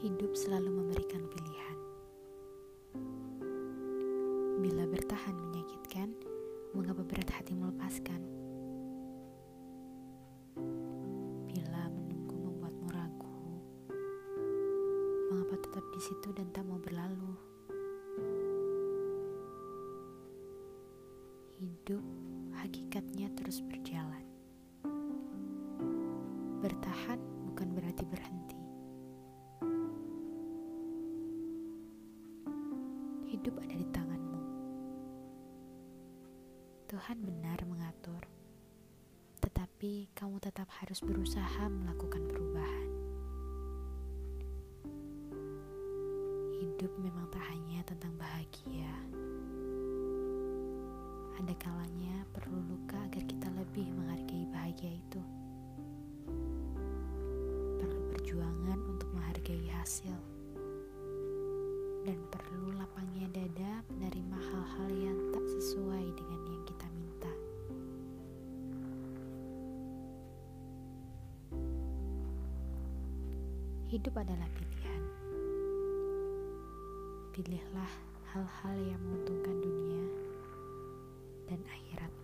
Hidup selalu memberikan pilihan. Bila bertahan menyakitkan, mengapa berat hati melepaskan? Bila menunggu membuatmu ragu, mengapa tetap di situ dan tak mau berlalu? Hidup hakikatnya terus berjalan. Bertahan bukan berarti berhenti. Hidup ada di tanganmu. Tuhan benar mengatur, tetapi kamu tetap harus berusaha melakukan perubahan. Hidup memang tak hanya tentang bahagia. Ada kalanya perlu luka agar kita lebih menghargai bahagia itu. Perlu perjuangan untuk menghargai hasil. Dan perlu lapangnya dada menerima hal-hal yang tak sesuai dengan yang kita minta. Hidup adalah pilihan. Pilihlah hal-hal yang menguntungkan dunia dan akhirat.